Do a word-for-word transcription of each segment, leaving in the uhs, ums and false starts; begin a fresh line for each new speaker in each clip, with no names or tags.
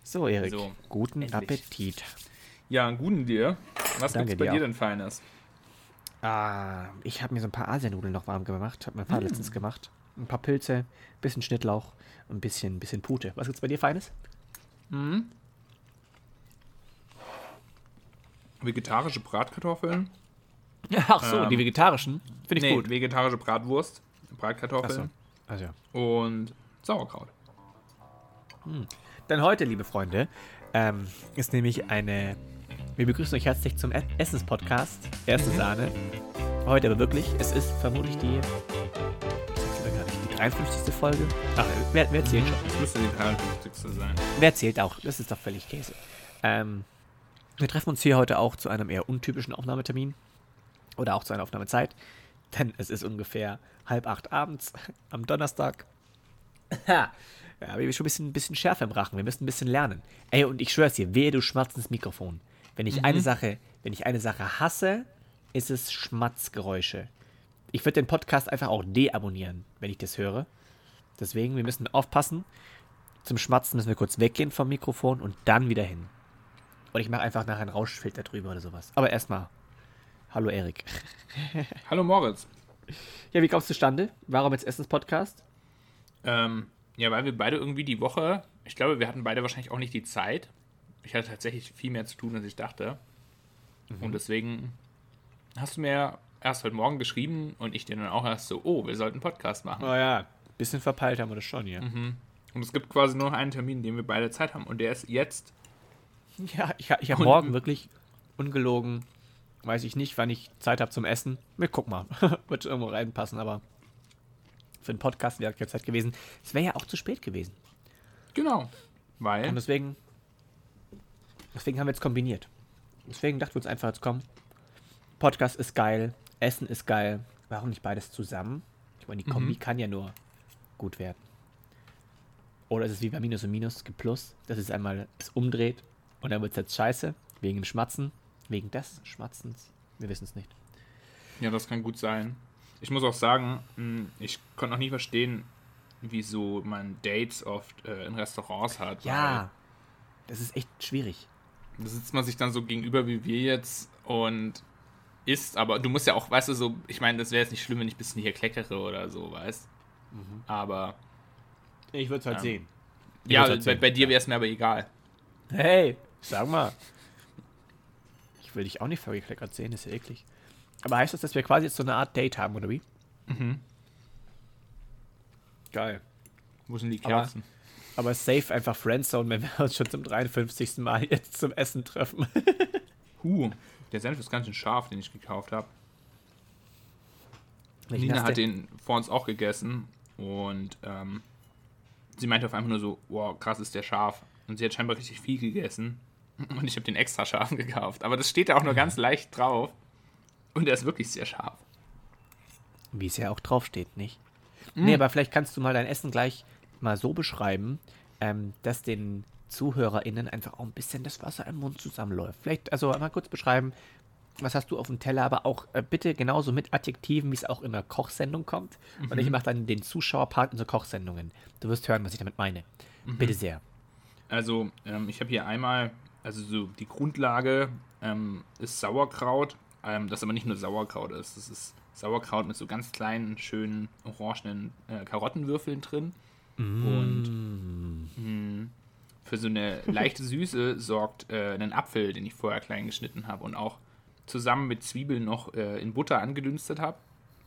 So, Erik,
So,
guten
endlich.
Appetit.
Ja, einen guten dir. Was
Danke
gibt's bei
dir
dir
auch.
denn Feines?
Ah, ich habe mir so ein paar Asianudeln noch warm gemacht. Hat mein Vater letztens gemacht. Ein paar Pilze, bisschen Schnittlauch und ein bisschen, bisschen Pute. Was gibt's bei dir Feines?
Vegetarische Bratkartoffeln?
Ach so, die
Ähm,
vegetarischen. Finde ich
Nee,
gut.
vegetarische Bratwurst,
Ach so,
Bratkartoffeln
also ja.
und Sauerkraut.
Denn heute, liebe Freunde, ähm, ist nämlich eine... Wir begrüßen euch herzlich zum E- Essens-Podcast. Erste Sahne. Heute aber wirklich, es ist vermutlich die... Ich sag's lieber gar nicht, die dreiundfünfzigste Folge. Ach, wer, wer zählt schon?
Das müsste die dreiundfünfzigste sein.
Wer zählt auch? Das ist doch völlig Käse. Ähm, wir treffen uns hier heute auch zu einem eher untypischen Aufnahmetermin. Oder auch zu einer Aufnahmezeit. Denn es ist ungefähr halb acht abends am Donnerstag. Ja, wir haben schon ein bisschen, ein bisschen Schärfe im Rachen. Wir müssen ein bisschen lernen. Ey, und ich schwör's dir, wehe, du schmatzt ins Mikrofon. Wenn ich eine Sache, wenn ich eine Sache hasse, ist es Schmatzgeräusche. Ich würde den Podcast einfach auch deabonnieren, wenn ich das höre. Deswegen, wir müssen aufpassen. Zum Schmatzen müssen wir kurz weggehen vom Mikrofon und dann wieder hin. Und ich mache einfach nachher einen Rauschfilter drüber oder sowas. Aber erstmal, hallo Erik.
Hallo Moritz.
Ja, wie kommst du zustande? Warum jetzt Essens-Podcast?
Ähm, ja, weil wir beide irgendwie die Woche, ich glaube, wir hatten beide wahrscheinlich auch nicht die Zeit. Ich hatte tatsächlich viel mehr zu tun, als ich dachte. Und deswegen hast du mir erst heute Morgen geschrieben und ich dir dann auch erst so, oh, wir sollten einen Podcast machen.
Oh ja, bisschen verpeilt haben wir das schon, ja.
Und es gibt quasi nur noch einen Termin, den wir beide Zeit haben. Und der ist jetzt.
Ja, ich, ha- ich habe
Und-
morgen wirklich ungelogen, weiß ich nicht, wann ich Zeit habe zum Essen. Wir gucken mal. Wird schon irgendwo reinpassen, aber für einen Podcast wäre keine Zeit gewesen. Es wäre ja auch zu spät gewesen.
Genau. Weil.
Und deswegen, deswegen haben wir jetzt kombiniert. Deswegen dachten wir uns einfach jetzt, komm, Podcast ist geil, Essen ist geil. Warum nicht beides zusammen? Ich meine, die Kombi kann ja nur gut werden. Oder ist es wie bei Minus und Minus, es gibt Plus, dass es einmal es umdreht und dann wird es jetzt scheiße, wegen dem Schmatzen, wegen des Schmatzens. Wir wissen es nicht.
Ja, das kann gut sein. Ich muss auch sagen, mh, ich konnte noch nie verstehen, wieso man Dates oft äh, in Restaurants hat.
Ja, das ist echt schwierig.
weil Da sitzt man sich dann so gegenüber wie wir jetzt und isst, aber du musst ja auch, weißt du, so, ich meine, das wäre jetzt nicht schlimm, wenn ich ein bisschen hier kleckere oder so, weißt. Aber,
Ich würde es halt
Ähm,
sehen. Ich
ja,
würd's halt
bei,
sehen,
bei dir
ja.
wäre es mir aber egal.
Hey, sag mal. Ich will dich auch nicht verkleckert sehen, ist ja eklig. Aber heißt das, dass wir quasi jetzt so eine Art Date haben, oder wie? Mhm. Geil.
Wo sind die
Aber-
Kerzen?
Aber safe einfach Friendzone, wenn wir uns schon zum dreiundfünfzigsten Mal jetzt zum Essen treffen.
Huh, der Senf ist ganz schön scharf, den ich gekauft habe.
Welchen
Nina
hast
hat
du?
den vor uns auch gegessen und ähm, sie meinte auf einmal nur so, wow, krass ist der scharf. Und sie hat scheinbar richtig viel gegessen und ich habe den extra scharf gekauft. Aber das steht da auch nur ganz leicht drauf und der ist wirklich sehr scharf.
Wie es ja auch draufsteht, nicht? Nee, aber vielleicht kannst du mal dein Essen gleich mal so beschreiben, ähm, dass den ZuhörerInnen einfach auch ein bisschen das Wasser im Mund zusammenläuft. Vielleicht, also mal kurz beschreiben, was hast du auf dem Teller, aber auch äh, bitte genauso mit Adjektiven, wie es auch in einer Kochsendung kommt. Und ich mache dann den Zuschauerpart in so Kochsendungen. Du wirst hören, was ich damit meine. Bitte sehr.
Also ähm, ich habe hier einmal, also so die Grundlage ähm, ist Sauerkraut, ähm, das aber nicht nur Sauerkraut ist. Das ist Sauerkraut mit so ganz kleinen, schönen, orangenen äh, Karottenwürfeln drin. Und mh, für so eine leichte Süße sorgt äh, ein Apfel, den ich vorher klein geschnitten habe und auch zusammen mit Zwiebeln noch äh, in Butter angedünstet habe.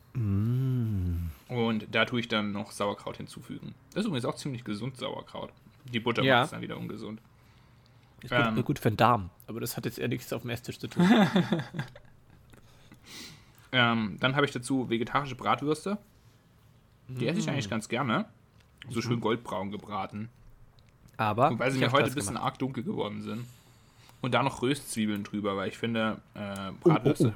Und da tue ich dann noch Sauerkraut hinzufügen. Das ist übrigens auch ziemlich gesund, Sauerkraut. Die Butter
Ja.
macht es dann wieder ungesund.
Ist
Ähm.
gut, gut für den Darm, aber das hat jetzt eher nichts auf dem Esstisch zu tun.
Ähm, dann habe ich dazu vegetarische Bratwürste. Die esse ich eigentlich ganz gerne. So schön goldbraun gebraten.
Aber
Wobei sie
ich
mir
hab
heute
das
ein bisschen
gemacht.
arg dunkel geworden sind. Und da noch Röstzwiebeln drüber, weil ich finde, äh,
oh,
Bratwürste.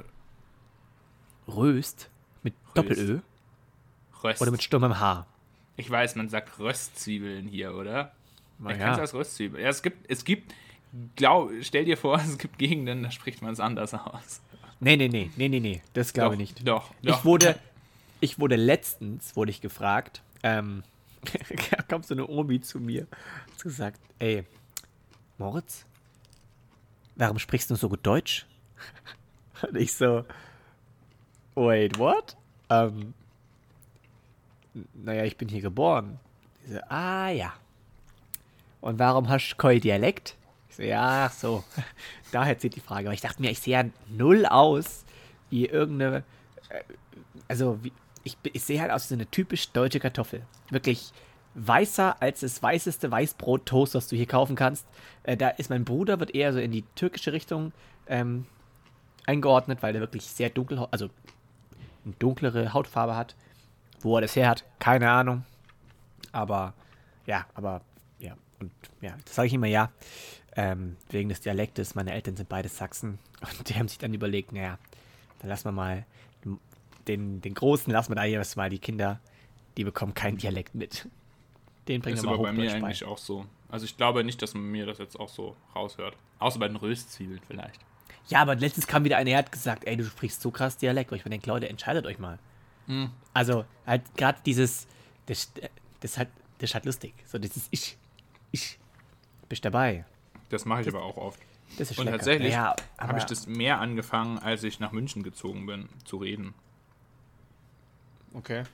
Röst mit Doppel-Ö
Röst.
oder mit stummem H.
Ich weiß, man sagt Röstzwiebeln hier, oder?
Na
ich
ja.
kann es als Röstzwiebeln. Ja, es gibt, es gibt, glaub, stell dir vor, es gibt Gegenden, da spricht man es anders aus.
Nee, nee, nee, nee, nee, nee, das glaube ich
Doch,
nicht.
Doch, doch.
Ich wurde, ich wurde letztens, wurde ich gefragt, ähm, da kommt so eine Omi zu mir, hat gesagt, ey, Moritz, warum sprichst du so gut Deutsch? Und ich so, wait, what? Ähm, naja, ich bin hier geboren. Ich so, ah ja. Und warum hast du kein Dialekt? Ich so, ja, ach so. Daher zieht die Frage. Aber ich dachte mir, ich sehe ja null aus wie irgendeine, äh, also wie, ich, ich sehe halt aus wie so eine typisch deutsche Kartoffel. Wirklich weißer als das weißeste Weißbrot-Toast, was du hier kaufen kannst. Äh, da ist mein Bruder, wird eher so in die türkische Richtung ähm, eingeordnet, weil der wirklich sehr dunkel, also eine dunklere Hautfarbe hat. Wo er das her hat, keine Ahnung. Aber, ja, aber, ja, und ja, das sage ich immer ja. Ähm, wegen des Dialektes, meine Eltern sind beide Sachsen. Und die haben sich dann überlegt, naja, dann lassen wir mal den, den Großen, lassen wir da jeweils mal die Kinder, die bekommen keinen Dialekt mit. Den bringen
ist
wir mal
aber bei mir
Hochdeutsch
eigentlich auch so. Also ich glaube nicht, dass man mir das jetzt auch so raushört. Außer bei den Röstzwiebeln vielleicht.
Ja, aber letztens kam wieder einer, der hat gesagt, ey, du sprichst so krass Dialekt. Wo ich mir denke, Leute, entscheidet euch mal.
Hm.
Also, halt gerade dieses, das, das, ist halt, das ist halt lustig. So dieses Ich, ich, bist dabei.
Das mache ich aber auch oft.
Das ist
Und
lecker.
tatsächlich
Ja,
habe ich das mehr angefangen, als ich nach München gezogen bin, zu reden.
Okay.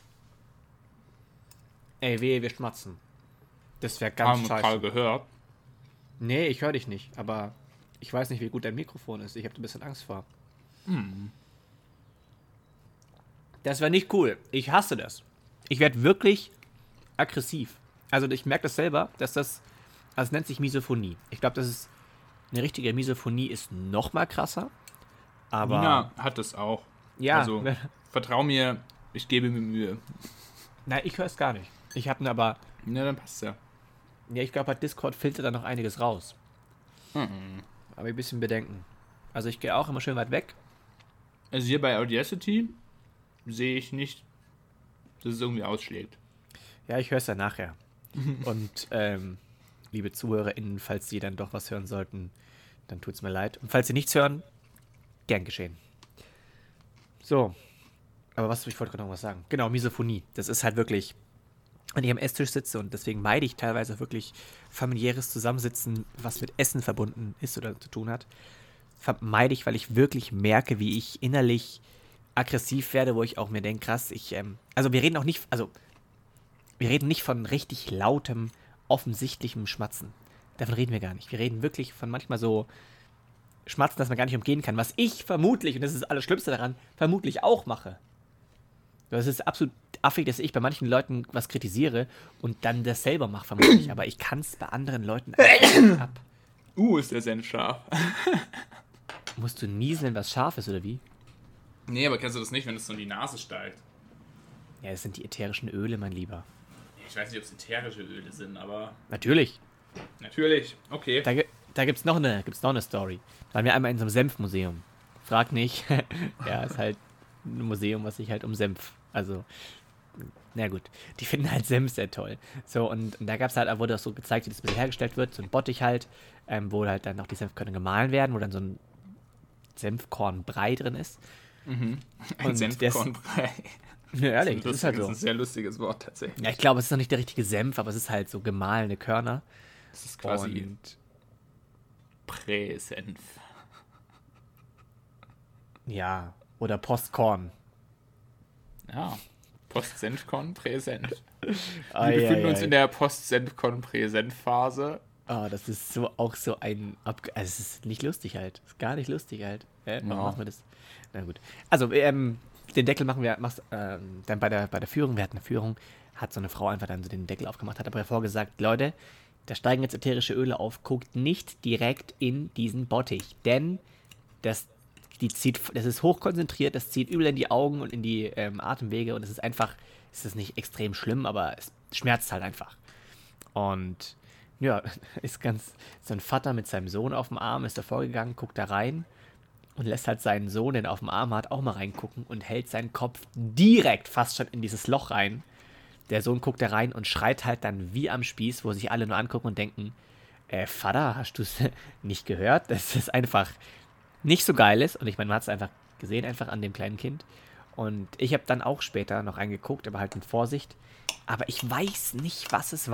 Ey, wehe, wir schmatzen. Das wäre ganz
Haben wir
scheiße.
Karl gehört.
Nee, ich höre dich nicht, aber ich weiß nicht, wie gut dein Mikrofon ist. Ich habe ein bisschen Angst vor.
Hm.
Das wäre nicht cool. Ich hasse das. Ich werde wirklich aggressiv. Also ich merke das selber, dass das, also es nennt sich Misophonie. Ich glaube, das ist, eine richtige Misophonie ist noch mal krasser. Aber
Nina hat es auch.
ja,
Also vertrau mir, ich gebe mir Mühe.
nein, ich höre es gar nicht. Ich habe aber,
Na, dann passt ja.
ja, ich glaube, bei Discord filtert da noch einiges raus.
Mhm.
Aber ein bisschen bedenken. Also ich gehe auch immer schön weit weg.
Also hier bei Audacity sehe ich nicht, dass es irgendwie ausschlägt.
Ja, ich höre es ja nachher. Und ähm, liebe ZuhörerInnen, falls Sie dann doch was hören sollten, dann tut's mir leid. Und falls Sie nichts hören, gern geschehen. So. Aber was, ich wollte gerade noch was sagen. Genau, Misophonie. Das ist halt wirklich, wenn ich am Esstisch sitze und deswegen meide ich teilweise wirklich familiäres Zusammensitzen, was mit Essen verbunden ist oder zu tun hat. Vermeide ich, weil ich wirklich merke, wie ich innerlich aggressiv werde, wo ich auch mir denke, krass, ich, ähm, also wir reden auch nicht, also wir reden nicht von richtig lautem, offensichtlichem Schmatzen. Davon reden wir gar nicht. Wir reden wirklich von manchmal so Schmatzen, dass man gar nicht umgehen kann, was ich vermutlich, und das ist das Allerschlimmste daran, vermutlich auch mache. Das ist absolut affig, dass ich bei manchen Leuten was kritisiere und dann das selber mache, vermutlich. Aber ich kann es bei anderen Leuten einfach nicht ab.
Uh, ist der Senf scharf.
Musst du nieseln, was scharf ist, oder wie?
Nee, aber kennst du das nicht, wenn es so in die Nase steigt?
Ja, das sind die ätherischen Öle, mein Lieber.
Ich weiß nicht, ob es ätherische Öle sind, aber
Natürlich.
natürlich. Okay.
Da, gi- da gibt's noch eine, gibt's noch eine Story. Da waren wir einmal in so einem Senfmuseum. Frag nicht. Ja, ist halt ein Museum, was sich halt um Senf, also, na gut, die finden halt Senf sehr toll. So, und, und da gab's halt, wurde das so gezeigt, wie das Mittel hergestellt wird, so ein Bottich halt, ähm, wo halt dann auch die Senfkörner gemahlen werden, wo dann so ein Senfkornbrei drin ist.
Mhm. Ein
Und
Senfkornbrei.
Ja, ehrlich,
das
das ist halt
Das
so.
ist ein sehr lustiges Wort tatsächlich.
Ja, ich glaube, es ist noch nicht der richtige Senf, aber es ist halt so gemahlene Körner.
Das ist quasi
Und
Prä-Senf.
ja, oder Postkorn.
Ja. Post-Senfkorn, Prä-Senf.
Ai,
Wir befinden
ai,
uns
ai.
in der Post-Senfkorn-Prä-Senf-Phase.
Ah, das ist so auch so ein Abge also es ist nicht lustig halt. Ist gar nicht lustig halt. Äh, warum
Ja.
machen wir das? Na gut. Also, ähm, den Deckel machen wir, machst, ähm, dann bei der, bei der Führung, wir hatten eine Führung, hat so eine Frau einfach dann so den Deckel aufgemacht, hat aber hervor gesagt, Leute, da steigen jetzt ätherische Öle auf, guckt nicht direkt in diesen Bottich, denn das, die zieht, das ist hochkonzentriert, das zieht übel in die Augen und in die ähm, Atemwege und es ist einfach, es ist nicht extrem schlimm, aber es schmerzt halt einfach. Und ja, ist ganz, so ein Vater mit seinem Sohn auf dem Arm, ist davor gegangen, guckt da rein und lässt halt seinen Sohn, den er auf dem Arm hat, auch mal reingucken und hält seinen Kopf direkt fast schon in dieses Loch rein. Der Sohn guckt da rein und schreit halt dann wie am Spieß, wo sich alle nur angucken und denken, äh, Vater, hast du es nicht gehört? Das ist einfach nicht so geil ist. Und ich meine, man hat es einfach gesehen, einfach an dem kleinen Kind. Und ich habe dann auch später noch reingeguckt, aber halt mit Vorsicht. Aber ich weiß nicht, was es war.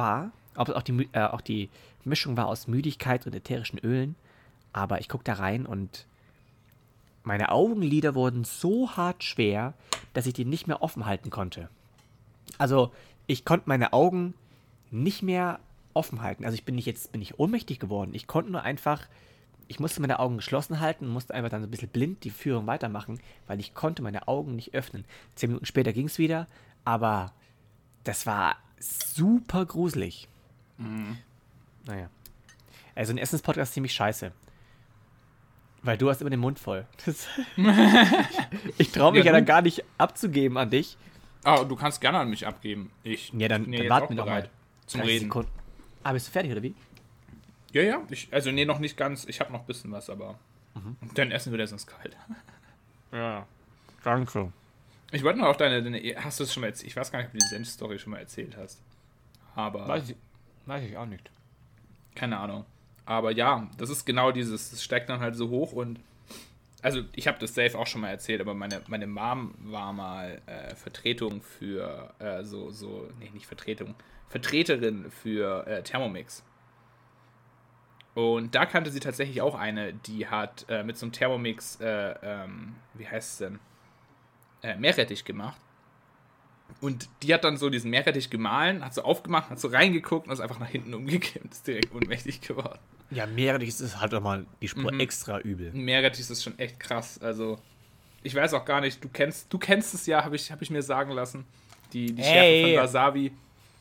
ob es auch die, äh, auch die Mischung war aus Müdigkeit und ätherischen Ölen. Aber ich gucke da rein und meine Augenlider wurden so hart schwer, dass ich die nicht mehr offen halten konnte. Also, ich konnte meine Augen nicht mehr offen halten. Also, ich bin nicht jetzt bin ich ohnmächtig geworden. Ich konnte nur einfach, ich musste meine Augen geschlossen halten und musste einfach dann so ein bisschen blind die Führung weitermachen, weil ich konnte meine Augen nicht öffnen. Zehn Minuten später ging es wieder, aber das war super gruselig.
Mhm.
Naja. Also ein Essenspodcast ist ziemlich scheiße. Weil du hast immer den Mund voll. Das ich traue mich ja,
Ja,
dann
du-
gar nicht abzugeben an dich.
Ah, du kannst gerne an mich abgeben. Ich
Ja, dann,
bin ja
dann
jetzt
warten
auch
wir doch
bereit
mal.
zum
dreißig
Reden.
Sekunden. Ah, bist du fertig, oder wie?
Ja, ja. Ich, also, nee, noch nicht ganz. Ich habe noch ein bisschen was, aber
Mhm.
dann essen wir das sonst kalt.
Ja. Danke.
Ich wollte noch auf deine, deine. Hast du es schon mal erzählt? Ich weiß gar nicht, ob du die Senf-Story schon mal erzählt hast. Aber.
Weiß ich, weiß ich auch nicht.
Keine Ahnung. Aber ja, das ist genau dieses. Es steigt dann halt so hoch und. Also, ich habe das safe auch schon mal erzählt, aber meine, meine Mom war mal äh, Vertretung für. Äh, so, so. Nee, nicht Vertretung. Vertreterin für äh, Thermomix. Und da kannte sie tatsächlich auch eine, die hat äh, mit so einem Thermomix, äh, ähm, wie heißt es denn, äh, Meerrettich gemacht. Und die hat dann so diesen Meerrettich gemahlen, hat so aufgemacht, hat so reingeguckt und ist einfach nach hinten umgekippt, ist direkt ohnmächtig geworden.
Ja, Meerrettich ist halt doch mal die Spur
Mhm.
extra übel.
Ein Meerrettich ist schon echt krass. Also, ich weiß auch gar nicht, du kennst, du kennst es ja, habe ich, hab ich mir sagen lassen. Die, die
Hey.
Schärfe von Wasabi.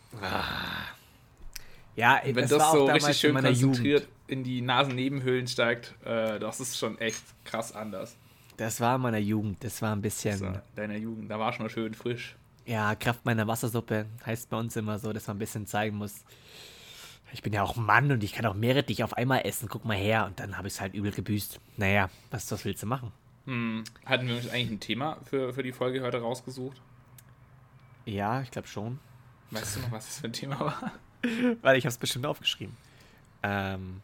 Ja,
Wenn
das,
das,
war auch
so
damals
richtig
in
schön
meiner
konzentriert
Jugend.
in die Nasennebenhöhlen steigt, äh, das ist schon echt krass anders.
Das war in meiner Jugend. Das war ein bisschen...
So, deiner Jugend, da war schon mal schön frisch.
Ja, Kraft meiner Wassersuppe heißt bei uns immer so, dass man ein bisschen zeigen muss. Ich bin ja auch Mann und ich kann auch Meerrettich auf einmal essen. Guck mal her. Und dann habe ich es halt übel gebüßt. Naja, was, was willst du machen?
Hm, hatten wir uns eigentlich ein Thema für, für die Folge heute rausgesucht?
Ja, ich glaube schon.
Weißt du noch, was das für ein Thema war?
Weil ich habe es bestimmt aufgeschrieben. Ähm.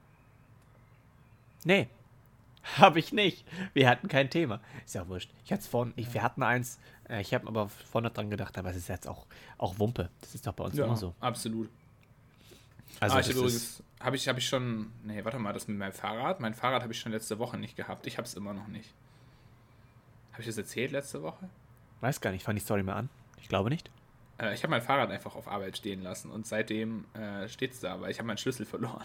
Nee. Habe ich nicht. Wir hatten kein Thema. Ist ja auch wurscht. Ich hatte vorhin, ich, wir hatten eins, äh, ich habe aber vorne dran gedacht, aber es ist jetzt auch, auch Wumpe. Das ist doch bei uns immer so.
absolut.
Also
ah, ich
das
habe
ist,
übrigens, habe ich, hab ich schon, nee, warte mal, das mit meinem Fahrrad. Mein Fahrrad habe ich schon letzte Woche nicht gehabt. Ich habe es immer noch nicht. Habe ich das erzählt letzte Woche?
weiß gar nicht, fang die Story mal an. Ich glaube nicht.
Äh, ich habe mein Fahrrad einfach auf Arbeit stehen lassen und seitdem äh, steht es da, weil ich habe meinen Schlüssel verloren.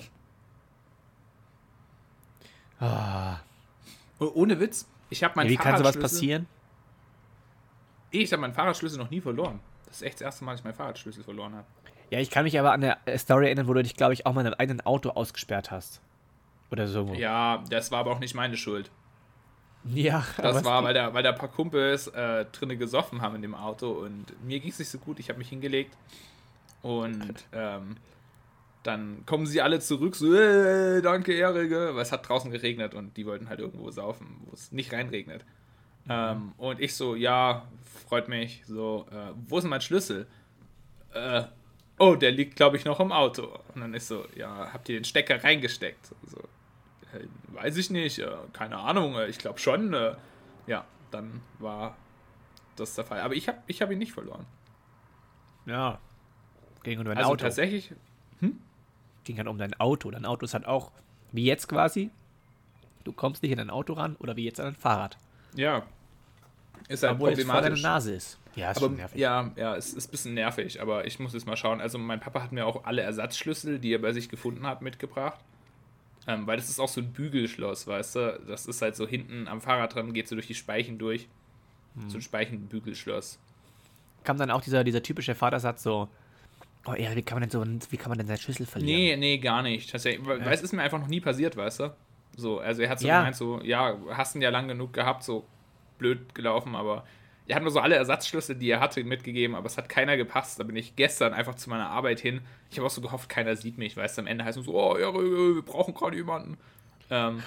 Ah.
Oh, ohne Witz, ich habe meinen
Wie kann sowas
Fahrradschlüssel-
passieren?
Ich habe meinen Fahrradschlüssel noch nie verloren. Das ist echt das erste Mal, dass ich meinen Fahrradschlüssel verloren habe.
Ja, ich kann mich aber an eine Story erinnern, wo du dich, glaube ich, auch mal in deinem eigenen Auto ausgesperrt hast. Oder so.
Ja, das war aber auch nicht meine Schuld.
Ja,
Das
aber
war,
es-
weil da, weil da ein paar Kumpels äh, drinnen gesoffen haben in dem Auto und mir ging es nicht so gut. Ich habe mich hingelegt und ähm, dann kommen sie alle zurück, so, äh, danke, Ehrige, weil es hat draußen geregnet und die wollten halt irgendwo saufen, wo es nicht reinregnet. Ähm, und ich so, ja, freut mich, so, äh, wo ist denn mein Schlüssel? Äh, oh, der liegt, glaube ich, noch im Auto. Und dann ist so, ja, habt ihr den Stecker reingesteckt? So, äh, weiß ich nicht, äh, keine Ahnung, äh, ich glaube schon. Äh, ja, dann war das der Fall. Aber ich habe ich hab ihn nicht verloren.
Ja. Ging um dein
Also
Auto.
tatsächlich,
Ging halt um dein Auto. Dein Auto ist halt auch, wie jetzt quasi, du kommst nicht in dein Auto ran oder wie jetzt an dein Fahrrad.
ja, ist halt
Obwohl es vor deiner
problematisch.
Nase ist. Ja, ist
Aber
schon nervig.
ja, ja, es ist ein bisschen nervig, aber ich muss jetzt mal schauen. Also mein Papa hat mir auch alle Ersatzschlüssel, die er bei sich gefunden hat, mitgebracht. Ähm, weil das ist auch so ein Bügelschloss, weißt du? Das ist halt so hinten am Fahrrad dran, geht so durch die Speichen durch.
Hm.
So ein Speichenbügelschloss.
Kam dann auch dieser, dieser typische Vatersatz so, oh ja, wie kann man denn so, wie kann man denn seinen Schlüssel verlieren?
Nee, nee, gar nicht. Tatsächlich, weil
Ja.
weil es ist mir einfach noch nie passiert, weißt du? So, also er hat so
Ja.
gemeint, so, ja, hast ihn ja lang genug gehabt, so blöd gelaufen, aber er hat mir so alle Ersatzschlüssel, die er hatte, mitgegeben, aber es hat keiner gepasst. Da bin ich gestern einfach zu meiner Arbeit hin. Ich habe auch so gehofft, keiner sieht mich, weißt du, am Ende heißt es so, oh ja, wir brauchen gerade jemanden. Ähm,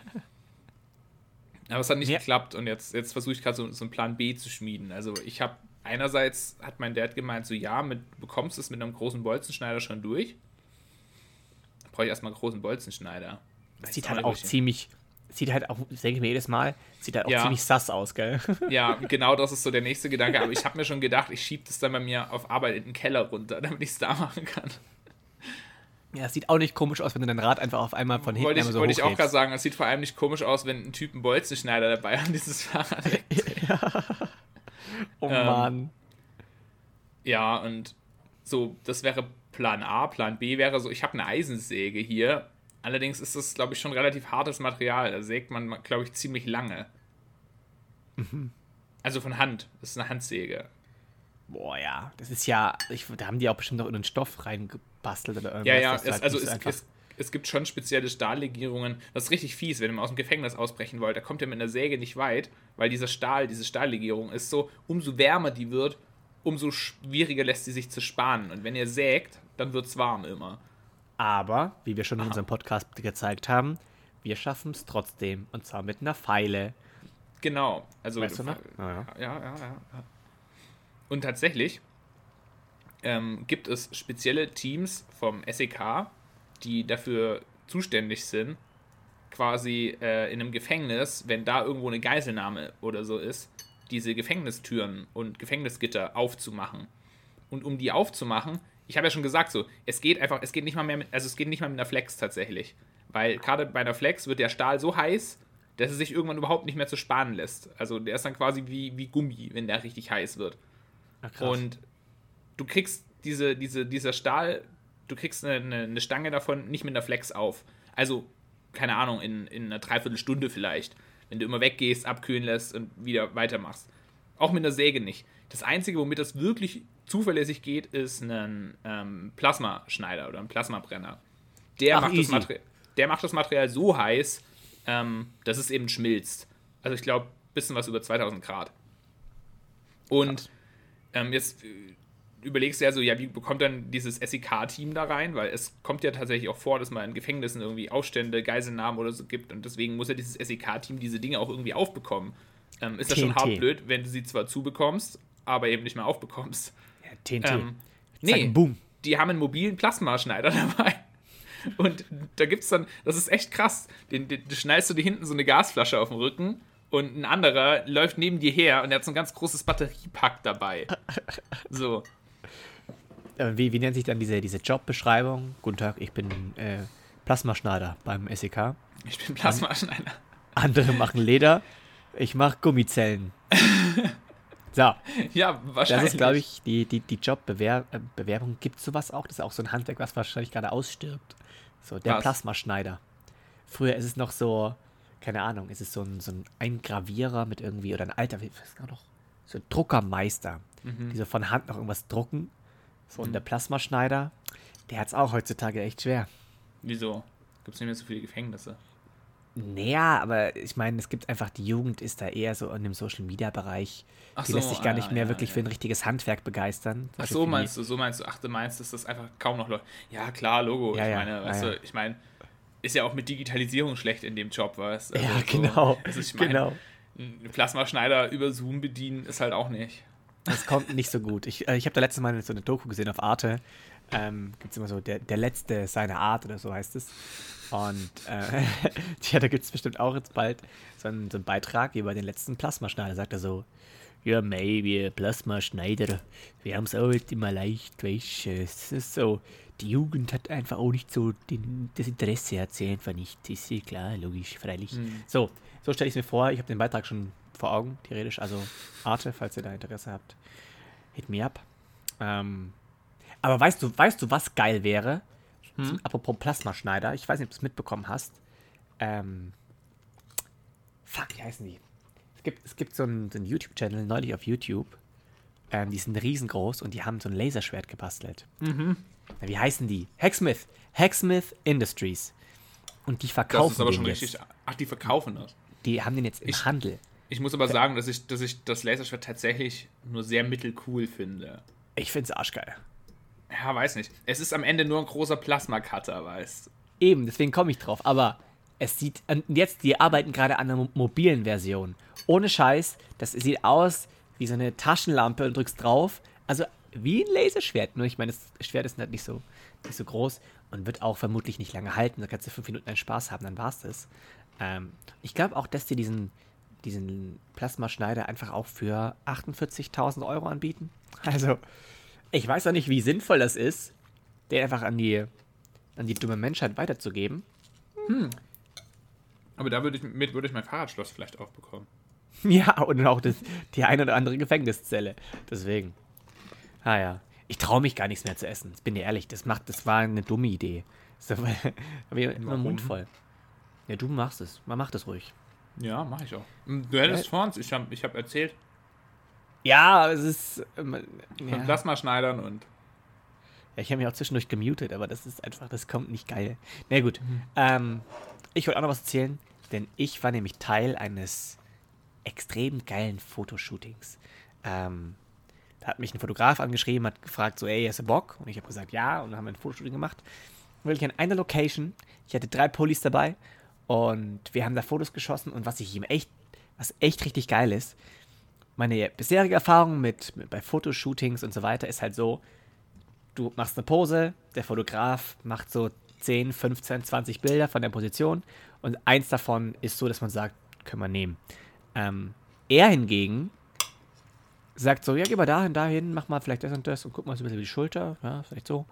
aber es hat nicht
Ja.
geklappt und jetzt, jetzt versuche ich gerade so, so einen Plan B zu schmieden. Also ich habe, einerseits hat mein Dad gemeint, so ja, mit, du bekommst es mit einem großen Bolzenschneider schon durch. Da brauche ich erstmal einen großen Bolzenschneider.
Das sieht
Weiß
halt
nicht,
auch
ob ich-
ziemlich, sieht halt auch, das denke ich mir jedes Mal, sieht halt auch
Ja.
ziemlich sass aus, gell?
Ja, genau, das ist so der nächste Gedanke. Aber ich habe mir schon gedacht, ich schiebe das dann bei mir auf Arbeit in den Keller runter, damit ich es da machen kann.
Ja, es sieht auch nicht komisch aus, wenn du dein Rad einfach auf einmal von hinten
Wollte ich,
einmal so
wollte ich auch
hochhebst.
gerade sagen, es sieht vor allem nicht komisch aus, wenn ein Typ einen Bolzenschneider dabei hat, dieses Fahrrad.
Oh
Ähm,
Mann.
Ja, und so, das wäre Plan A. Plan B wäre so, ich habe eine Eisensäge hier. Allerdings ist das, glaube ich, schon relativ hartes Material. Da sägt man, glaube ich, ziemlich lange. Also von Hand. Das ist eine Handsäge.
Boah, ja. Das ist ja, ich, da haben die auch bestimmt noch in den Stoff reingebastelt oder irgendwas.
Ja, ja,
dass du
es,
halt
also
nicht so
es,
einfach-
es, es gibt schon spezielle Stahllegierungen. Das ist richtig fies, wenn ihr mal aus dem Gefängnis ausbrechen wollt. Da kommt ihr mit einer Säge nicht weit, weil dieser Stahl, diese Stahllegierung ist so, umso wärmer die wird, umso schwieriger lässt sie sich zerspanen. Und wenn ihr sägt, dann wird es warm immer.
Aber, wie wir schon in unserem Podcast gezeigt haben, wir schaffen es trotzdem. Und zwar mit einer Feile.
Genau. Also,
Weißt du noch? Ah, ja.
Ja, ja, ja. ja. Und tatsächlich ähm, gibt es spezielle Teams vom S E K, die dafür zuständig sind, quasi äh, in einem Gefängnis, wenn da irgendwo eine Geiselnahme oder so ist, diese Gefängnistüren und Gefängnisgitter aufzumachen. Und um die aufzumachen, ich habe ja schon gesagt, so, es geht einfach, es geht nicht mal mehr mit, also es geht nicht mal mit einer Flex tatsächlich. Weil gerade bei einer Flex wird der Stahl so heiß, dass es sich irgendwann überhaupt nicht mehr zu sparen lässt. Also der ist dann quasi wie, wie Gummi, wenn der richtig heiß wird.
Ach, krass.
Und du kriegst diese, diese, dieser Stahl, du kriegst eine, eine, eine Stange davon nicht mit einer Flex auf. Also, keine Ahnung, in, in einer Dreiviertelstunde vielleicht. Wenn du immer weggehst, abkühlen lässt und wieder weitermachst. Auch mit einer Säge nicht. Das Einzige, womit das wirklich zuverlässig geht, ist ein ähm, Plasmaschneider oder ein Plasmabrenner. Der,
Ach,
macht das,
easy.
Materi- der macht das Material so heiß, ähm, dass es eben schmilzt. Also ich glaube, ein bisschen was über zweitausend Grad. Und ähm, jetzt äh, überlegst du ja so, ja, wie bekommt dann dieses S E K-Team da rein? Weil es kommt ja tatsächlich auch vor, dass man in Gefängnissen irgendwie Aufstände, Geiselnahmen oder so gibt. Und deswegen muss ja dieses S E K-Team diese Dinge auch irgendwie aufbekommen. Ähm, ist ja schon
T N T.
hart blöd, wenn du sie zwar zubekommst, aber eben nicht mehr aufbekommst.
Ja, T N T.
Ähm,
Zack,
nee,
boom.
die haben einen mobilen Plasmaschneider dabei. Und da gibt's dann, das ist echt krass, den, den, du schnallst du dir hinten so eine Gasflasche auf den Rücken und ein anderer läuft neben dir her und er hat so ein ganz großes Batteriepack dabei. So.
Äh, Wie, wie nennt sich dann diese, diese Jobbeschreibung? Guten Tag, ich bin äh, Plasmaschneider beim S E K.
Ich bin Plasmaschneider.
Andere machen Leder, ich mache Gummizellen. So,
Ja,
das
wahrscheinlich.
ist, glaube ich, die, die, die Jobbewerbung. Gibt es sowas auch? Das ist auch so ein Handwerk, was wahrscheinlich gerade ausstirbt. So, der
Was?
Plasmaschneider. Früher ist es noch so, keine Ahnung, ist es so ein, so ein Eingravierer mit irgendwie, oder ein alter, wie was war noch? So ein Druckermeister, die so von Hand noch irgendwas drucken. So, und der Plasmaschneider, der hat es auch heutzutage echt schwer.
Wieso? Gibt es nicht mehr so viele Gefängnisse?
Naja, aber ich meine, es gibt einfach, die Jugend ist da eher so in dem Social-Media-Bereich.
Ach
Die
so,
lässt sich gar
ah,
nicht mehr
ja,
wirklich
ja.
für ein richtiges Handwerk begeistern.
Ach so, meinst du, so meinst du, ach, du meinst, dass das einfach kaum noch Leute. Ja, klar, Logo.
Ja,
ich
ja,
meine,
ja,
weißt
ja.
du, ich meine, ist ja auch mit Digitalisierung schlecht in dem Job, weißt du? Also
Ja,
so,
genau.
Also ich meine,
genau.
einen Plasmaschneider über Zoom bedienen ist halt auch nicht.
Das kommt nicht so gut. Ich, äh, ich habe da letztes Mal so eine Doku gesehen auf Arte. Ähm, Gibt es immer so, der, der Letzte seiner Art oder so heißt es. Und äh, ja, da gibt es bestimmt auch jetzt bald so einen, so einen Beitrag über den letzten Plasmaschneider. Sagt er so, ja, mei, wir Plasmaschneider, wir haben es auch nicht immer leicht, weißt du. Es ist so, die Jugend hat einfach auch nicht so, den, das Interesse hat sie einfach nicht. Ist ja klar, logisch, freilich.
Hm.
So, so stelle ich es mir vor. Ich habe den Beitrag schon vor Augen, theoretisch. Also Arte, falls ihr da Interesse habt, hit me up. Ähm, aber weißt du, weißt du, was geil wäre? Zum, apropos Plasmaschneider, ich weiß nicht, ob du es mitbekommen hast. Ähm, fuck, wie heißen die? Es gibt, es gibt so einen, so einen YouTube-Channel, neulich auf YouTube. Ähm, die sind riesengroß und die haben so ein Laserschwert gebastelt.
Mhm.
Na, wie heißen die? Hacksmith. Hacksmith Industries. Und die verkaufen
Das ist aber
den
schon
jetzt.
richtig. Ach, die verkaufen das.
Die haben den jetzt im
Ich-
Handel.
Ich muss aber sagen, dass ich, dass ich das Laserschwert tatsächlich nur sehr mittelcool finde.
Ich find's arschgeil.
Ja, weiß nicht. Es ist am Ende nur ein großer Plasma-Cutter, weißt du.
Eben, deswegen komme ich drauf. Aber es sieht, und jetzt, die arbeiten gerade an einer mo- mobilen Version. Ohne Scheiß, das sieht aus wie so eine Taschenlampe und drückst drauf. Also wie ein Laserschwert. Nur ich meine, das Schwert ist halt nicht so, nicht so groß und wird auch vermutlich nicht lange halten. Da kannst du fünf Minuten einen Spaß haben, dann war's das. Ähm, ich glaube auch, dass die diesen, diesen Plasmaschneider einfach auch für achtundvierzigtausend Euro anbieten. Also, ich weiß auch nicht, wie sinnvoll das ist, den einfach an die an die dumme Menschheit weiterzugeben.
Hm. Aber da würde ich, mit würde ich mein Fahrradschloss vielleicht auch bekommen.
Ja, und auch das, die eine oder andere Gefängniszelle. Deswegen. Ah ja. Ich traue mich gar nichts mehr zu essen. Ich bin dir ehrlich, das macht, das war eine dumme Idee. Da habe ich immer den Mund voll. Ja, du machst es. Man macht es ruhig.
Ja, mache ich auch. Du hättest ja. vor uns, ich habe ich hab erzählt.
Ja, es ist. Ähm,
ja. Plasma schneidern und.
Ja, ich habe mich auch zwischendurch gemutet, aber das ist einfach, das kommt nicht geil. Na gut. Mhm. Ähm, ich wollte auch noch was erzählen, denn ich war nämlich Teil eines extrem geilen Fotoshootings. Ähm, da hat mich ein Fotograf angeschrieben, hat gefragt, so, ey, hast du Bock? Und ich habe gesagt, ja, und dann haben wir ein Fotoshooting gemacht. Wirklich an einer Location. Ich hatte drei Pullis dabei und wir haben da Fotos geschossen und was ich ihm echt, was echt richtig geil ist, meine bisherige Erfahrung mit, mit bei Fotoshootings und so weiter ist halt so, du machst eine Pose, der Fotograf macht so zehn, fünfzehn, zwanzig Bilder von der Position und eins davon ist so, dass man sagt, können wir nehmen. Ähm, er hingegen sagt so, ja, geh mal dahin, dahin, mach mal vielleicht das und das und guck mal so ein bisschen über die Schulter, ja, vielleicht so.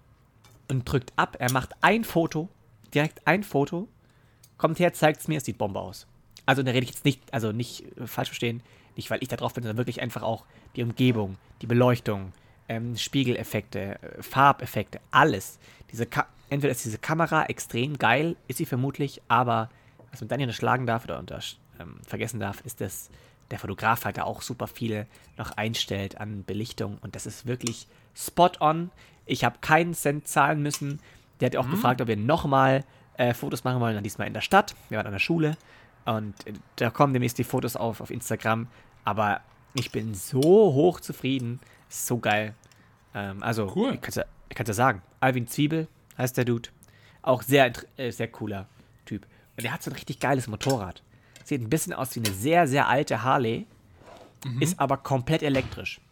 Und drückt ab, er macht ein Foto, direkt ein Foto, kommt her, zeigt es mir, es sieht Bombe aus. Also da rede ich jetzt nicht, also nicht äh, falsch verstehen, nicht weil ich da drauf bin, sondern wirklich einfach auch die Umgebung, die Beleuchtung, ähm, Spiegeleffekte, äh, Farbeffekte, alles. Diese Ka- Entweder ist diese Kamera extrem geil, ist sie vermutlich, aber was man dann hier unterschlagen darf oder unter, ähm, vergessen darf, ist, dass der Fotograf halt da auch super viel noch einstellt an Belichtung und das ist wirklich spot on. Ich habe keinen Cent zahlen müssen. Der hat auch mhm. gefragt, ob wir nochmal äh, Fotos machen wollen, dann diesmal in der Stadt. Wir waren an der Schule und äh, da kommen demnächst die Fotos auf, auf Instagram. Aber ich bin so hoch zufrieden. Ist so geil. Ähm, also,
cool.
ich kann es ja, ja sagen. Alvin Zwiebel heißt der Dude. Auch sehr, äh, sehr cooler Typ. Und der hat so ein richtig geiles Motorrad. Sieht ein bisschen aus wie eine sehr, sehr alte Harley. Mhm. Ist aber komplett elektrisch.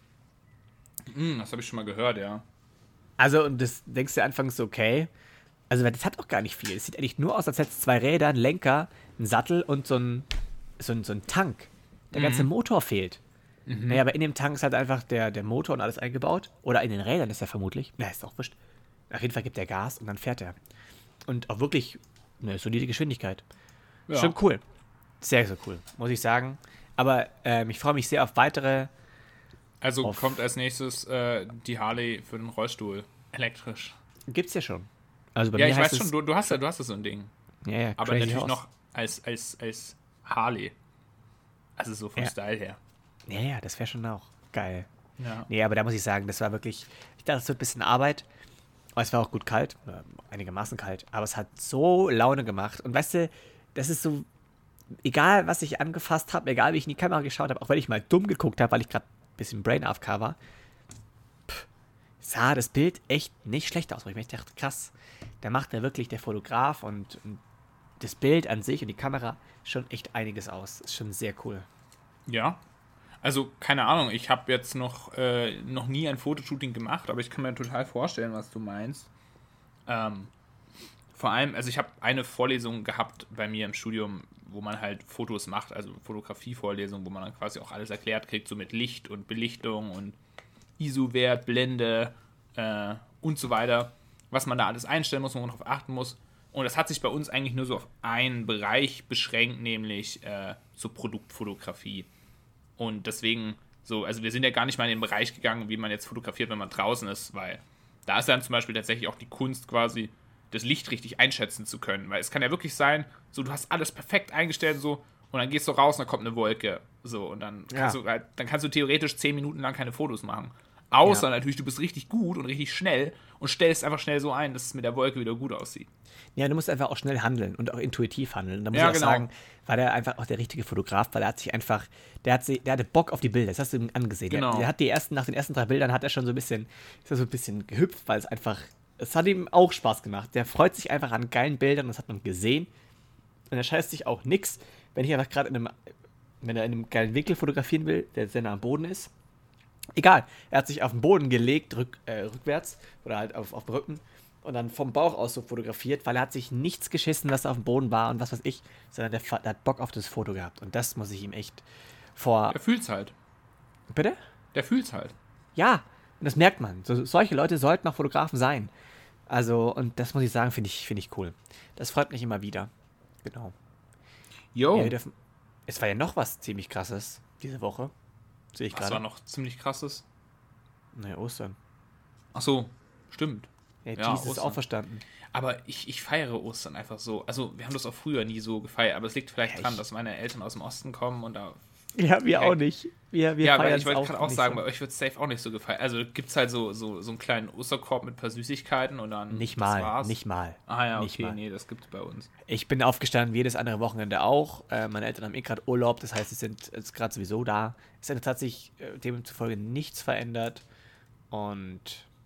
Mhm, das habe ich schon mal gehört, ja.
Also, und das denkst du anfangs so, okay. Also, das hat auch gar nicht viel. Es sieht eigentlich nur aus, als hätte es zwei Räder, einen Lenker, einen Sattel und so ein, so ein, so ein Tank. Der mhm. ganze Motor fehlt. Mhm. Naja, aber in dem Tank ist halt einfach der, der Motor und alles eingebaut. Oder in den Rädern ist er vermutlich. Na, ist auch wurscht. Auf jeden Fall gibt er Gas und dann fährt er. Und auch wirklich eine solide Geschwindigkeit. Ja. Schon cool. Sehr, sehr cool, muss ich sagen. Aber ähm, ich freue mich sehr auf weitere.
Also auf kommt als nächstes äh, die Harley für den Rollstuhl. Elektrisch.
Gibt's ja schon. Also bei
ja,
mir
ich
heißt
weiß schon, du, du hast ja, du hast ja so ein Ding.
Ja, ja,
aber natürlich Horse. Noch als, als, als Harley. Also so vom
ja.
Style her.
Ja, ja, das wäre schon auch geil.
Ja.
Nee, aber da muss ich sagen, das war wirklich, ich dachte, es wird ein bisschen Arbeit. Aber es war auch gut kalt, einigermaßen kalt. Aber es hat so Laune gemacht. Und weißt du, das ist so, egal was ich angefasst habe, egal wie ich in die Kamera geschaut habe, auch wenn ich mal dumm geguckt habe, weil ich gerade ein bisschen Brain A F K war, pff, sah das Bild echt nicht schlecht aus. Weil ich mir dachte, krass, da macht ja wirklich der Fotograf und, und das Bild an sich und die Kamera schon echt einiges aus. Ist schon sehr cool.
Ja, also keine Ahnung, ich habe jetzt noch, äh, noch nie ein Fotoshooting gemacht, aber ich kann mir total vorstellen, was du meinst. Ähm, vor allem, also ich habe eine Vorlesung gehabt bei mir im Studium, wo man halt Fotos macht, also Fotografie-Vorlesung, wo man dann quasi auch alles erklärt kriegt, so mit Licht und Belichtung und I S O-Wert, Blende äh, und so weiter, was man da alles einstellen muss, wo man darauf achten muss. Und das hat sich bei uns eigentlich nur so auf einen Bereich beschränkt, nämlich äh, zur Produktfotografie. Und deswegen, so, also wir sind ja gar nicht mal in den Bereich gegangen, wie man jetzt fotografiert, wenn man draußen ist, weil da ist dann zum Beispiel tatsächlich auch die Kunst quasi, das Licht richtig einschätzen zu können. Weil es kann ja wirklich sein, so, du hast alles perfekt eingestellt, so, und dann gehst du raus und dann kommt eine Wolke, so, und dann kannst, ja. du, halt, dann kannst du theoretisch zehn Minuten lang keine Fotos machen. Außer ja. natürlich, du bist richtig gut und richtig schnell und stellst einfach schnell so ein, dass es mit der Wolke wieder gut aussieht.
Ja, du musst einfach auch schnell handeln und auch intuitiv handeln. Da muss
ja,
ich auch
genau.
sagen, war der einfach auch der richtige Fotograf, weil er hat sich einfach, der hat sich, der hatte Bock auf die Bilder, das hast du ihm angesehen.
Genau.
Der, der hat die ersten, nach den ersten drei Bildern hat er schon so ein bisschen, ist er so ein bisschen gehüpft, weil es einfach, es hat ihm auch Spaß gemacht. Der freut sich einfach an geilen Bildern, das hat man gesehen. Und er scheißt sich auch nix, wenn ich einfach gerade in einem, wenn er in einem geilen Winkel fotografieren will, der sehr nah am Boden ist. Egal, er hat sich auf den Boden gelegt, rück, äh, rückwärts oder halt auf, auf dem Rücken und dann vom Bauch aus so fotografiert, weil er hat sich nichts geschissen, was auf dem Boden war und was weiß ich, sondern der, der hat Bock auf das Foto gehabt und das muss ich ihm echt vor...
Der fühlt's halt.
Bitte?
Der fühlt's halt.
Ja, und das merkt man. So, solche Leute sollten auch Fotografen sein. Also, und das muss ich sagen, finde ich, finde ich cool. Das freut mich immer wieder. Genau.
Jo,
Ja, wir dürfen, es war ja noch was ziemlich krasses diese Woche. Sehe ich
was war
gerade.
noch ziemlich krasses?
Naja, Ostern.
Ach so, stimmt.
Ja,
Ja,
Jesus ist
Ostern.
auferstanden.
Aber ich, ich feiere Ostern einfach so. Also, wir haben das auch früher nie so gefeiert, aber es liegt vielleicht
Ja,
dran,
ich-
dass meine Eltern aus dem Osten kommen und da.
Ja, wir
Ja,
auch nicht. Wir, wir
ja, aber
feiern
ich wollte
es
gerade auch
nicht
sagen,
so.
bei euch wird safe auch nicht so gefeiert. Also gibt es halt so, so, so einen kleinen Osterkorb mit ein paar Süßigkeiten und dann.
Nicht
das
mal,
war's.
nicht mal.
Ah ja,
nicht
okay,
mal.
nee, das gibt's bei uns.
Ich bin aufgestanden, wie jedes andere Wochenende auch. Äh, meine Eltern haben eh gerade Urlaub, das heißt, sie sind jetzt gerade sowieso da. Es hat sich äh, demzufolge nichts verändert. Und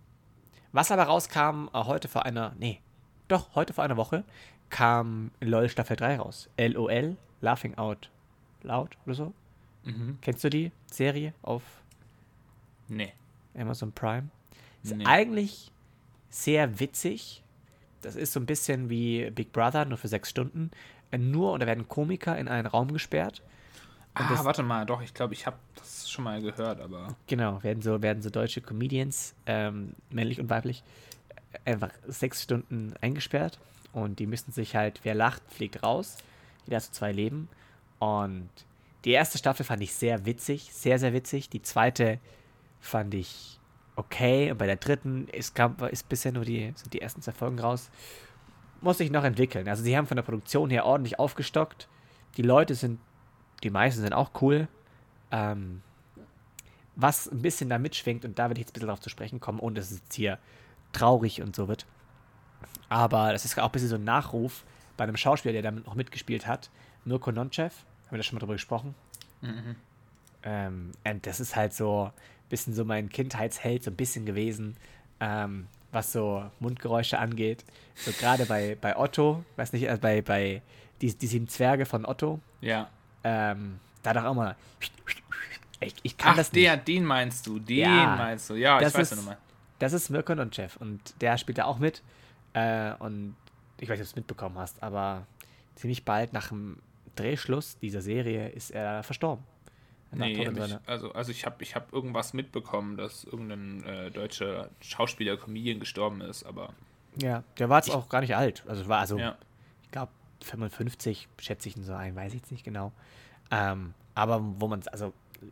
was aber rauskam, äh, heute vor einer, nee, doch, heute vor einer Woche, kam LOL Staffel drei raus. LOL, Laughing Out Loud oder so.
Mhm.
Kennst du die Serie auf
Nee.
Amazon Prime? Ist
Nee.
eigentlich sehr witzig. Das ist so ein bisschen wie Big Brother, nur für sechs Stunden. Äh, Nur, und da werden Komiker in einen Raum gesperrt. Und
Ah,
das,
warte mal, doch, ich glaube, ich habe das schon mal gehört, aber.
genau, werden so, werden so deutsche Comedians, ähm, männlich und weiblich, äh, einfach sechs Stunden eingesperrt. Und die müssen sich halt, wer lacht, fliegt raus. Jeder hat so zwei Leben. Und die erste Staffel fand ich sehr witzig, sehr, sehr witzig. Die zweite fand ich okay. Und bei der dritten ist, kam, ist bisher nur die, sind die ersten zwei Folgen raus. Muss sich noch entwickeln. Also sie haben von der Produktion her ordentlich aufgestockt. Die Leute sind, die meisten sind auch cool. Ähm, was ein bisschen da mitschwingt, und da werde ich jetzt ein bisschen drauf zu sprechen kommen, ohne dass es jetzt hier traurig und so wird. Aber das ist auch ein bisschen so ein Nachruf bei einem Schauspieler, der damit noch mitgespielt hat. Mirko Nonchev. Haben wir da schon mal drüber gesprochen?
Mhm.
Ähm, und das ist halt so ein bisschen so mein Kindheitsheld, so ein bisschen gewesen, ähm, was so Mundgeräusche angeht. So gerade bei, bei Otto, weiß nicht, äh, bei, bei die, die sieben Zwerge von Otto,
Ja.
ähm, da doch auch mal. Ich, ich kann
Ach,
das nicht.
der, den meinst du, den
Ja,
meinst du. Ja,
das
ich weiß
ist-
ja nochmal.
Das ist Mirko Nonchev und der spielt da auch mit. Äh, und ich weiß nicht, ob du es mitbekommen hast, aber ziemlich bald nach dem Drehschluss dieser Serie ist er verstorben. Er lag
Nee,
tot in
mich,
seiner-
also, also ich habe ich hab irgendwas mitbekommen, dass irgendein äh, deutscher Schauspieler, Comedian gestorben ist, aber
Ja, der war jetzt
Ich-
auch gar nicht alt. Also war also,
ja.
ich glaube, fünfundfünfzig schätze ich ihn so ein, weiß ich jetzt nicht genau. Ähm, aber wo man, also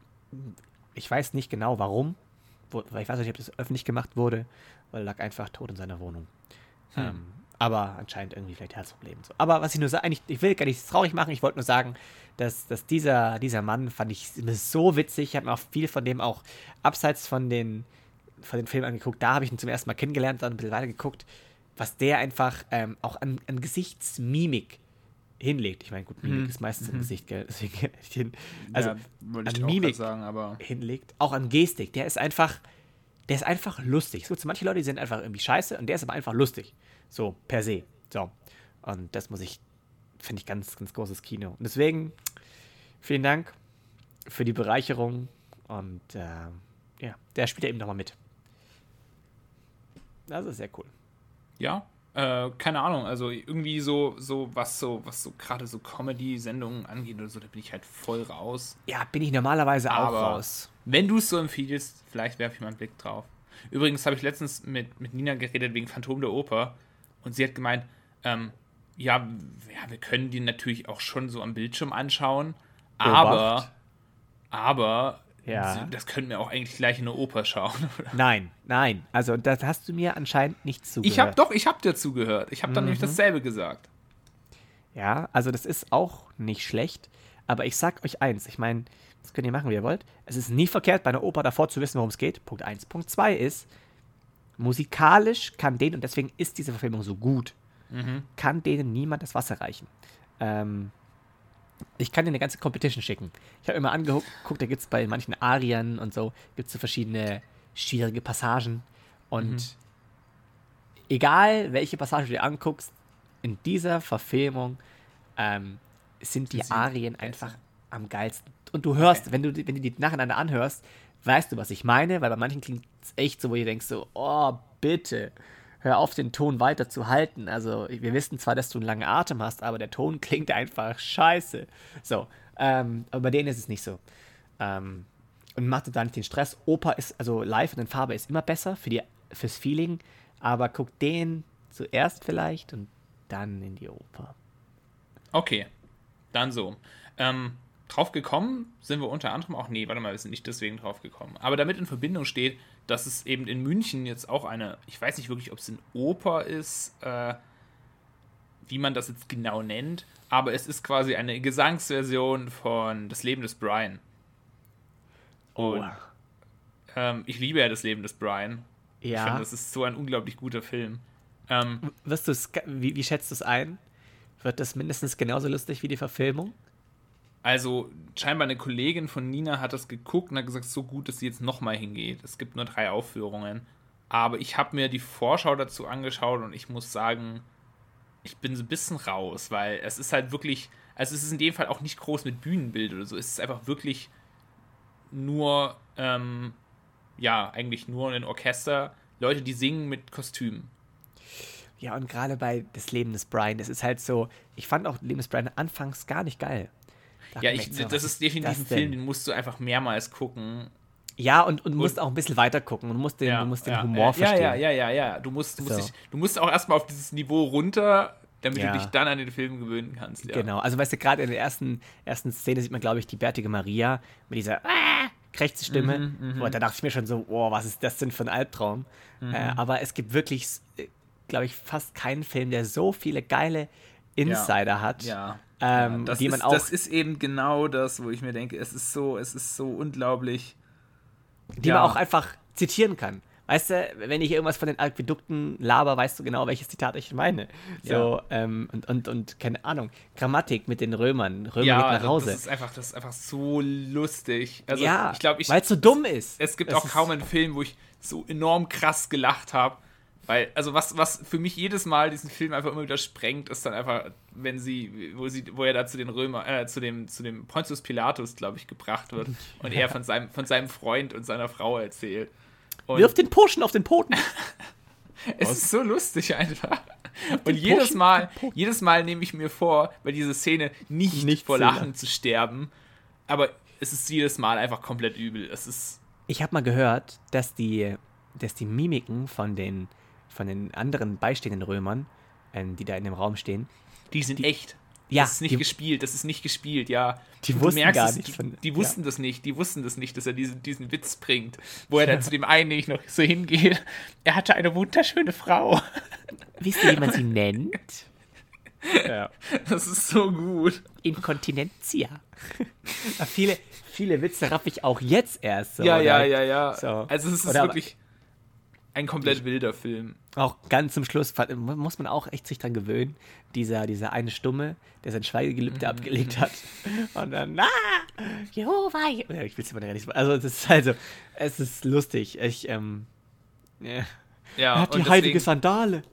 ich weiß nicht genau warum, wo, weil ich weiß nicht, ob das öffentlich gemacht wurde, weil er lag einfach tot in seiner Wohnung.
Hm.
Ähm, aber anscheinend irgendwie vielleicht Herzprobleme. So. Aber was ich nur sage, eigentlich, ich will gar nichts traurig machen, ich wollte nur sagen, dass, dass dieser, dieser Mann fand ich so witzig. Ich habe mir auch viel von dem auch abseits von den, von den Filmen angeguckt. Da habe ich ihn zum ersten Mal kennengelernt, dann ein bisschen weiter geguckt, was der einfach ähm, auch an, an Gesichtsmimik hinlegt. Ich meine, gut, Mimik
Mhm.
ist meistens im
Mhm.
Gesicht, gell? Deswegen, hin- also
ja, wollte
an
ich auch
Mimik
grad sagen, aber
hinlegt, auch an Gestik. Der ist einfach, der ist einfach lustig. Es gibt so manche Leute, die sind einfach irgendwie scheiße und der ist aber einfach lustig. So, per se. So. Und das muss ich, finde ich, ganz, ganz großes Kino. Und deswegen, vielen Dank für die Bereicherung und äh, ja, der spielt ja eben nochmal mit. Das ist sehr cool.
ja, äh, keine Ahnung, also irgendwie so, so was so, was so gerade so Comedy-Sendungen angeht oder so, da bin ich halt voll raus.
Ja, bin ich normalerweise auch
Aber
raus.
wenn du es so empfiehlst, vielleicht werfe ich mal einen Blick drauf. Übrigens habe ich letztens mit, mit Nina geredet wegen Phantom der Oper und sie hat gemeint, ähm, ja, w- ja, wir können die natürlich auch schon so am Bildschirm anschauen, aber,
Obacht.
aber
Ja.
sie- das könnten wir auch eigentlich gleich in der Oper schauen.
Nein, nein. Also, das hast du mir anscheinend nicht zugehört.
Ich habe doch, ich habe dir zugehört. Ich habe dann nämlich dasselbe gesagt.
Ja, also das ist auch nicht schlecht, aber ich sag euch eins, ich meine, das könnt ihr machen, wie ihr wollt. Es ist nie verkehrt, bei einer Oper davor zu wissen, worum es geht. Punkt eins. Punkt zwei ist, musikalisch kann denen, und deswegen ist diese Verfilmung so gut, kann denen niemand das Wasser reichen. Ähm, ich kann dir eine ganze Competition schicken. Ich habe immer angeguckt, da gibt es bei manchen Arien und so, gibt es so verschiedene schwierige Passagen. Und egal, welche Passage du dir anguckst, in dieser Verfilmung ähm, sind die
Sind sie
Arien
besser.
einfach am geilsten. Und du hörst,
Okay.
wenn du, die- wenn du die nacheinander anhörst, weißt du, was ich meine, weil bei manchen klingt es echt so, wo du denkst so, oh, bitte, hör auf, den Ton weiter zu halten. Also, wir wissen zwar, dass du einen langen Atem hast, aber der Ton klingt einfach scheiße. So, ähm, aber bei denen ist es nicht so. Ähm, und macht da nicht den Stress. Oper ist, also live und in Farbe ist immer besser für die, fürs Feeling, Aber guck den zuerst vielleicht und dann in die Oper.
Okay, dann so. Ähm, drauf gekommen sind wir unter anderem auch, nee, warte mal, wir sind nicht deswegen drauf gekommen. Aber damit in Verbindung steht, dass es eben in München jetzt auch eine, ich weiß nicht wirklich, ob es eine Oper ist, äh, wie man das jetzt genau nennt, aber es ist quasi eine Gesangsversion von Das Leben des Brian. Und
Oh.
ähm, ich liebe ja Das Leben des Brian.
Ja.
Ich finde, das ist so ein unglaublich guter Film. Ähm,
Wirst du's, wie, wie schätzt du es ein? Wird das mindestens genauso lustig wie die Verfilmung?
Also, scheinbar eine Kollegin von Nina hat das geguckt und hat gesagt, so gut, dass sie jetzt nochmal hingeht. Es gibt nur drei Aufführungen. Aber ich habe mir die Vorschau dazu angeschaut und ich muss sagen, ich bin so ein bisschen raus, weil es ist halt wirklich, also es ist in dem Fall auch nicht groß mit Bühnenbild oder so. Es ist einfach wirklich nur, ähm, ja, eigentlich nur ein Orchester, Leute, die singen mit Kostümen.
Ja, und gerade bei Das Leben des Brian, das ist halt so, ich fand auch Leben des Brian anfangs gar nicht geil. Dachte
Ja,
mir
ich,
echt so,
das
was
ist definitiv
das
ein Film,
denn?
den musst du einfach mehrmals gucken.
Ja, und, und musst auch ein bisschen weiter gucken und musst den,
Ja,
du musst den
ja,
Humor
ja,
verstehen.
Ja, ja, ja, ja, ja. Du musst, du musst,
So.
dich, du musst auch erstmal auf dieses Niveau runter, damit
Ja.
du dich dann an den Film gewöhnen kannst. Ja.
Genau, also weißt du, gerade in der ersten, ersten Szene sieht man, glaube ich, die bärtige Maria mit dieser ah, Krächzestimme.
Mhm,
Und da dachte ich mir schon so, oh, was ist das denn für ein Albtraum?
Mhm.
Äh, aber es gibt wirklich, äh, glaube ich, fast keinen Film, der so viele geile Insider hat,
Ja.
ähm,
ja, das,
die man
ist,
auch,
das ist eben genau das, wo ich mir denke, es ist so, es ist so unglaublich.
die
ja.
man auch einfach zitieren kann. Weißt du, wenn ich irgendwas von den Aquädukten laber, weißt du genau, welches Zitat ich meine. So,
Ja.
ähm, und, und, und, keine Ahnung, Grammatik mit den Römern, Römer
Ja,
geht nach Hause.
das ist einfach, das ist einfach so lustig. Also,
ja,
ich glaube, ich,
weil es so dumm ist.
es gibt
Das
auch
ist-
kaum einen Film, wo ich so enorm krass gelacht habe. Weil, also was, was für mich jedes Mal diesen Film einfach immer wieder sprengt, ist dann einfach, wenn sie, wo sie, wo er da zu den Römer, äh, zu dem, zu dem Pontius Pilatus, glaube ich, gebracht wird und er von seinem, von seinem Freund und seiner Frau erzählt. Und
Wirf den Poschen auf den Poten.
es ist so lustig einfach. Und
den
jedes
Poschen,
Mal, jedes Mal nehme ich mir vor, bei dieser Szene nicht,
Nicht
vor
zu
Lachen
lachen.
zu sterben. Aber es ist jedes Mal einfach komplett übel. Es ist.
Ich habe mal gehört, dass die, dass die Mimiken von den, von den anderen beistehenden Römern, ähm, die da in dem Raum stehen,
Die sind echt.
Ja,
Das ist nicht
die-
gespielt, das ist nicht gespielt, ja.
Die
Und
wussten gar
es,
nicht
Die,
von-
die wussten das nicht, die wussten das nicht, dass er diesen, diesen Witz bringt. Wo er dann zu dem einen nicht noch so hingeht. Er hatte eine wunderschöne Frau.
wisst ihr, wie man sie nennt? Ja.
Das ist so gut.
Inkontinentia. Ja, viele, viele Witze raff ich auch jetzt erst so.
ja, ja,
oder?
ja, ja.
So.
Also es ist
Oder-
wirklich ein komplett wilder Film.
Auch ganz zum Schluss fand- muss man auch echt sich dran gewöhnen, dieser, dieser eine Stumme, der sein Schweigegelübde abgelegt hat. Und dann, ah, Jehova, Je- Ja, ich will es immer gar nicht so. Also, das ist also, es ist lustig. Ich, ähm, ja.
Ja,
Er hat die
und
heilige
deswegen-
Sandale.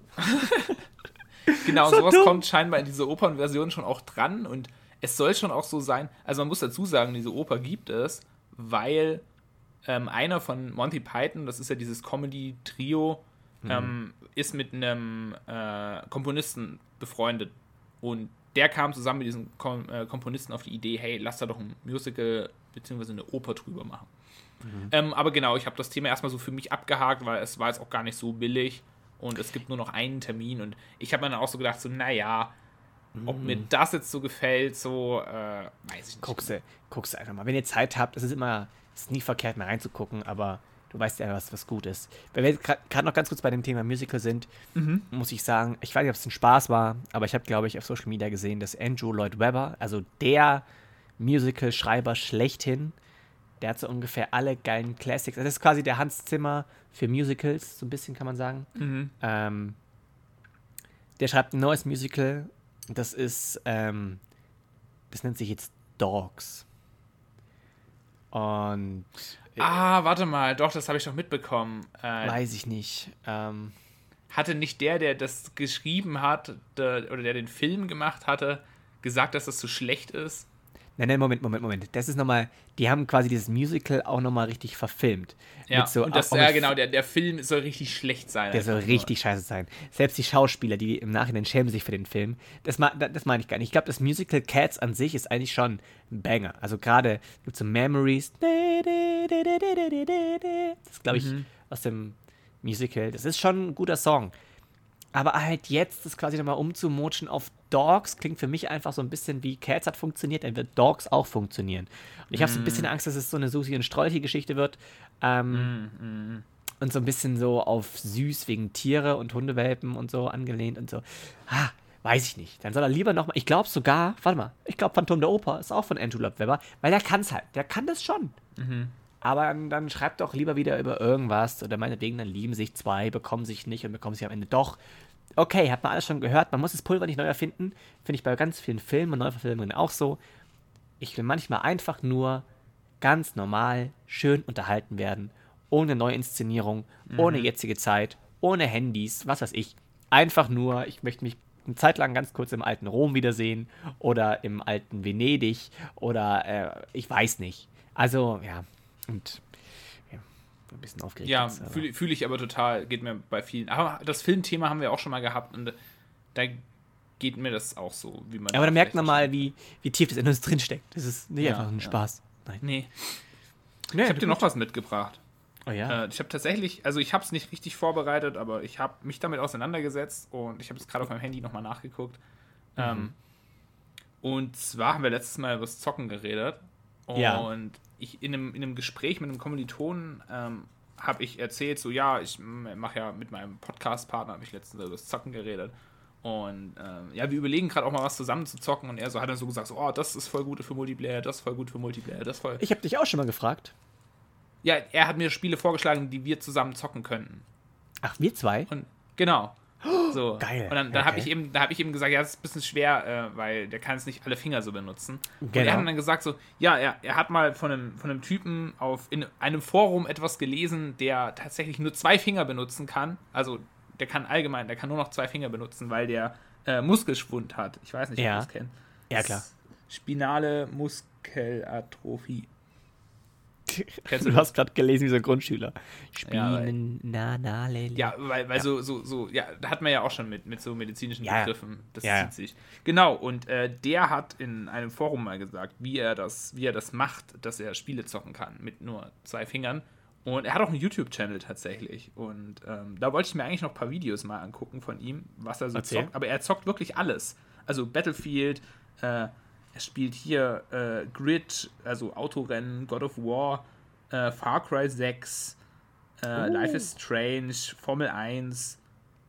Genau,
So
sowas
dumm.
kommt scheinbar in dieser Opernversion schon auch dran und es soll schon auch so sein, also man muss dazu sagen, diese Oper gibt es, weil ähm, einer von Monty Python, das ist ja dieses Comedy-Trio, ähm, ist mit einem äh, Komponisten befreundet und der kam zusammen mit diesem Kom äh, Komponisten auf die Idee, hey, lass da doch ein Musical bzw. eine Oper drüber machen. Ähm, aber genau, ich habe das Thema erstmal so für mich abgehakt, weil es war jetzt auch gar nicht so billig und es gibt nur noch einen Termin und ich habe mir dann auch so gedacht, so, naja, ob mir das jetzt so gefällt, so, äh, weiß ich nicht.
Guckst du, guckst du einfach mal. Wenn ihr Zeit habt, es ist immer, es ist nie verkehrt, mal reinzugucken, aber du weißt ja, was, was gut ist. Wenn wir gerade noch ganz kurz bei dem Thema Musical sind, muss ich sagen, ich weiß nicht, ob es ein Spaß war, aber ich habe, glaube ich, auf Social Media gesehen, dass Andrew Lloyd Webber, also der Musical-Schreiber schlechthin, der hat so ungefähr alle geilen Classics. Also das ist quasi der Hans Zimmer für Musicals, so ein bisschen kann man sagen.
Mhm.
Ähm, der schreibt ein neues Musical. Das ist, ähm, das nennt sich jetzt Dogs. Und
Ah, warte mal, doch, das habe ich doch mitbekommen. Äh,
weiß ich nicht. Ähm,
hatte nicht der, der das geschrieben hat, der, oder der den Film gemacht hatte, gesagt, dass das zu schlecht ist?
nein, nein, Moment, Moment, Moment. Das ist nochmal, die haben quasi dieses Musical auch nochmal richtig verfilmt.
Ja,
Mit so,
und das,
auch
ja
mit
genau, der, der Film soll richtig schlecht sein.
Der soll
einfach nur.
richtig scheiße sein. Selbst die Schauspieler, die im Nachhinein schämen sich für den Film. Das, ma- das meine ich gar nicht. Ich glaube, das Musical Cats an sich ist eigentlich schon ein Banger. Also gerade gibt es so Memories. Das ist, glaube ich,
Mhm.
aus dem Musical. Das ist schon ein guter Song. Aber halt jetzt das quasi nochmal umzumutschen auf Dogs klingt für mich einfach so ein bisschen wie Cats hat funktioniert, dann wird Dogs auch funktionieren. Und ich habe so ein bisschen Angst, dass es so eine Susi- und Strolchi-Geschichte wird. Ähm,
Mm, mm.
Und so ein bisschen so auf süß wegen Tiere und Hundewelpen und so angelehnt und so. Ah, weiß ich nicht. Dann soll er lieber nochmal. Ich glaube sogar, warte mal, ich glaube Phantom der Oper ist auch von Andrew Lloyd Webber, weil der kann es halt. Der kann das schon.
Mhm.
Aber dann, dann schreibt doch lieber wieder über irgendwas oder meinetwegen, dann lieben sich zwei, bekommen sich nicht und bekommen sich am Ende doch. Okay, hat man alles schon gehört, man muss das Pulver nicht neu erfinden. Finde ich bei ganz vielen Filmen und Neuverfilmungen auch so. Ich will manchmal einfach nur ganz normal, schön unterhalten werden, ohne Neuinszenierung, mhm. ohne jetzige Zeit, ohne Handys, was weiß ich. Einfach nur, ich möchte mich eine Zeit lang ganz kurz im alten Rom wiedersehen oder im alten Venedig oder äh, ich weiß nicht. Also, ja, und ja, ein bisschen aufgeregt.
Ja, fühle fühl ich aber total, geht mir bei vielen. Aber das Filmthema haben wir auch schon mal gehabt und da geht mir das auch so, wie man.
Aber da merkt man mal, wie, wie tief das in uns drin steckt. Das ist nicht ja, einfach ein ja. Spaß. Nein.
Nee. nee ich habe dir noch was mitgebracht.
Oh ja.
Äh, ich habe tatsächlich, also ich habe es nicht richtig vorbereitet, aber ich habe mich damit auseinandergesetzt und ich habe es gerade auf meinem Handy nochmal nachgeguckt. Mhm. Ähm, und zwar haben wir letztes Mal über das Zocken geredet. Und
ja.
ich in einem, in einem Gespräch mit einem Kommilitonen ähm, habe ich erzählt, so ja, ich mache ja mit meinem Podcast-Partner, habe ich letztens über das Zocken geredet. Und ähm, ja, wir überlegen gerade auch mal was zusammen zu zocken. Und er so hat dann so gesagt, so, oh, das ist voll gut für Multiplayer, das ist voll gut für Multiplayer, das ist voll...
Ich habe dich auch schon mal gefragt.
Ja, er hat mir Spiele vorgeschlagen, die wir zusammen zocken könnten.
Ach, wir zwei?
Und genau. So.
Geil.
Und dann, dann
okay.
habe ich eben, da habe ich eben gesagt, ja, das ist ein bisschen schwer, äh, weil der kann jetzt nicht alle Finger so benutzen.
Genau.
Und er hat dann gesagt so, ja, er, er hat mal von einem, von einem Typen auf in einem Forum etwas gelesen, der tatsächlich nur zwei Finger benutzen kann. Also der kann allgemein, der kann nur noch zwei Finger benutzen, weil der äh, Muskelschwund hat. Ich weiß nicht,
ja.
ob du das kennst.
Ja, klar.
Spinale Muskelatrophie.
Kennst du, du hast gerade gelesen wie so ein Grundschüler.
Spielen,
ja, na, na, lele.
Ja, weil, weil ja. So, so, so, ja, da hat man ja auch schon mit, mit so medizinischen
ja.
Begriffen. Das
ja.
zieht sich. Genau, und äh, der hat in einem Forum mal gesagt, wie er das, wie er das macht, dass er Spiele zocken kann mit nur zwei Fingern. Und er hat auch einen YouTube-Channel tatsächlich. Und ähm, da wollte ich mir eigentlich noch ein paar Videos mal angucken von ihm, was er so
Erzähl.
zockt. Aber er zockt wirklich alles. Also Battlefield, äh, er spielt hier äh, Grid, also Autorennen, God of War, äh, Far Cry sechs, äh, oh. Life is Strange, Formel eins.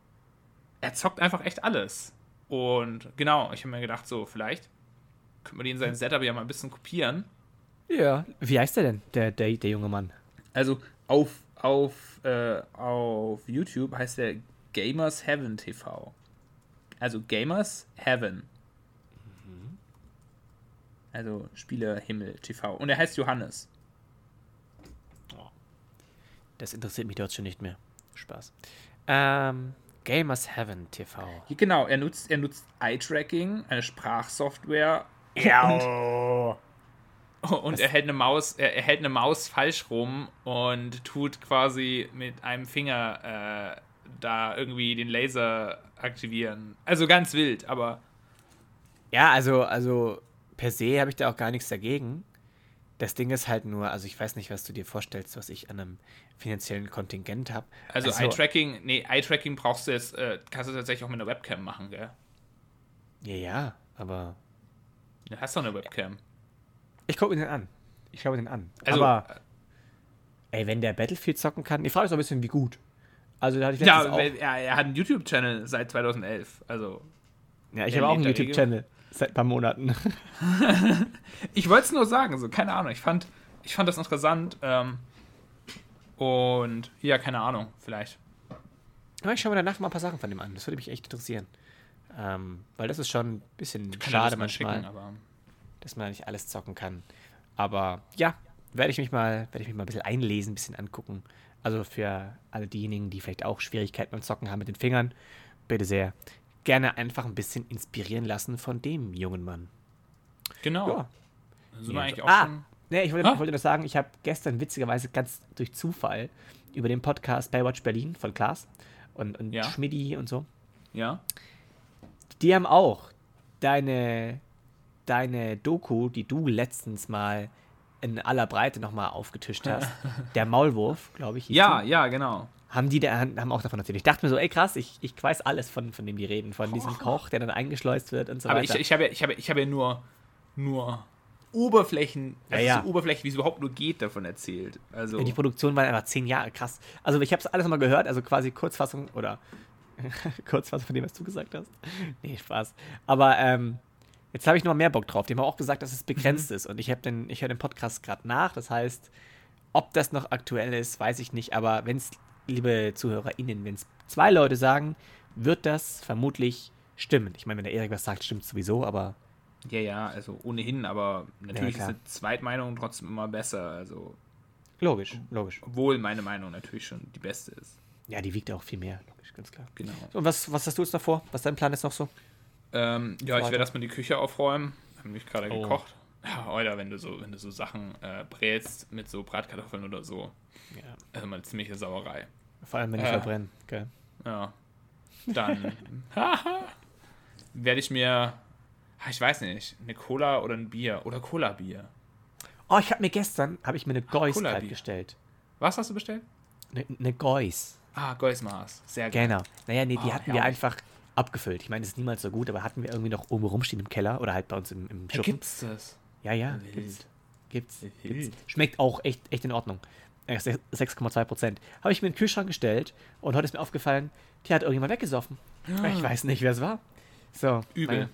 Er zockt einfach echt alles. Und genau, ich habe mir gedacht, so, vielleicht könnte man den sein Setup ja mal ein bisschen kopieren.
Ja. Wie heißt der denn, der, der, der junge Mann?
Also auf, auf, äh, auf YouTube heißt der Gamers Heaven T V. Also Gamers Heaven. Also Spielerhimmel T V. Und er heißt Johannes.
Das interessiert mich dort schon nicht mehr. Spaß. Ähm, Gamers Heaven T V.
Genau, er nutzt, er nutzt Eye-Tracking, eine Sprachsoftware. Ja. Und, und er hält eine Maus, er, er hält eine Maus falsch rum und tut quasi mit einem Finger äh, da irgendwie den Laser aktivieren. Also ganz wild, aber.
Ja, also, also per se habe ich da auch gar nichts dagegen. Das Ding ist halt nur, also ich weiß nicht, was du dir vorstellst, was ich an einem finanziellen Kontingent habe.
Also, also Eye-Tracking, nee, Eye-Tracking brauchst du jetzt, äh, kannst du tatsächlich auch mit einer Webcam machen, gell?
Ja, ja, aber...
Du hast doch eine Webcam.
Ich gucke mir den an. Ich schaue mir den an.
Also,
aber, ey, wenn der Battlefield zocken kann, ich frage mich so ein bisschen, wie gut. Also, da hatte ich
ja,
auch...
er, er hat einen YouTube-Channel seit zweitausendelf, also...
Ja, ich habe auch einen YouTube-Channel. Seit ein paar Monaten.
Ich wollte es nur sagen, so, keine Ahnung. Ich fand, ich fand das interessant. Ähm, und ja, keine Ahnung, vielleicht.
Aber ich schaue mir danach mal ein paar Sachen von dem an. Das würde mich echt interessieren. Ähm, weil das ist schon ein bisschen
Kann
schade
das
manchmal,
schicken, aber
dass man nicht alles zocken kann. Aber ja, werde ich mich mal, werde ich mich mal ein bisschen einlesen, ein bisschen angucken. Also für alle diejenigen, die vielleicht auch Schwierigkeiten beim Zocken haben mit den Fingern, bitte sehr. Gerne einfach ein bisschen inspirieren lassen von dem jungen Mann.
Genau.
Ja.
Sind wir eigentlich auch
ah,
schon...
nee, ich wollte, ich wollte nur sagen, ich habe gestern witzigerweise ganz durch Zufall über den Podcast Baywatch Berlin von Klaas und, und
ja.
Schmidti und so.
Ja.
Die haben auch deine, deine Doku, die du letztens mal in aller Breite nochmal aufgetischt hast. Der Maulwurf, glaube ich.
Ja, die. ja, genau.
haben die da, haben auch davon erzählt. Ich dachte mir so, ey krass, ich, ich weiß alles, von, von dem die reden. Von diesem Koch, der dann eingeschleust wird und so
Aber
weiter.
ich, ich habe ja, ich habe, ich habe ja nur, nur Oberflächen, also
Ja, ja.
so Oberflächen, wie es überhaupt nur geht, davon erzählt. Also,
Ja, die Produktion war einfach zehn Jahre, krass. Also ich habe es alles mal gehört, also quasi Kurzfassung oder Kurzfassung von dem, was du gesagt hast. Nee, Spaß. Aber ähm, jetzt habe ich noch mehr Bock drauf. Die haben auch gesagt, dass es begrenzt
Mhm.
ist. Und ich habe den, ich höre den Podcast gerade nach. Das heißt, ob das noch aktuell ist, weiß ich nicht. Aber wenn es, liebe ZuhörerInnen, wenn es zwei Leute sagen, wird das vermutlich stimmen. Ich meine, wenn der Erik was sagt, stimmt es sowieso, aber
ja, ja, also ohnehin, aber natürlich
Ja,
ist
klar.
eine Zweitmeinung trotzdem immer besser. Also,
logisch, logisch.
obwohl meine Meinung natürlich schon die beste ist.
Ja, die wiegt ja auch viel mehr, logisch, ganz klar.
Genau.
So, und was, was hast du jetzt noch vor? Was ist dein Plan jetzt noch so?
Ähm, ja, ich
Weiter.
werde erstmal die Küche aufräumen. Habe mich gerade
Oh.
gekocht. Ja, oder wenn du so, wenn du so Sachen äh, brätst mit so Bratkartoffeln oder so.
Ja.
Also mal eine ziemliche Sauerei.
Vor allem, wenn die
Äh.
verbrennen, gell?
Ja. Dann werde ich mir, ah, ich weiß nicht, eine Cola oder ein Bier oder Cola-Bier.
Oh, ich habe mir gestern, habe ich mir eine Geuss
Cola
kalt
Bier.
gestellt.
Was hast du bestellt?
Eine, eine Geuss.
Ah, Geusmaß. Sehr geil.
Genau. Naja, nee, die
Oh,
hatten wir
herrlich.
einfach abgefüllt. Ich meine, das ist niemals so gut, aber hatten wir irgendwie noch oben rumstehen im Keller oder halt bei uns im, im
Ja,
Schuppen.
gibt's das?
Ja, ja,
Wild.
gibt's. Gibt's,
Wild.
gibt's. Schmeckt auch echt, echt in Ordnung. Äh, se- sechs Komma zwei Prozent. Habe ich mir in den Kühlschrank gestellt und heute ist mir aufgefallen, die hat irgendjemand weggesoffen. Ich weiß nicht, wer es war. So.
Übel.
meine-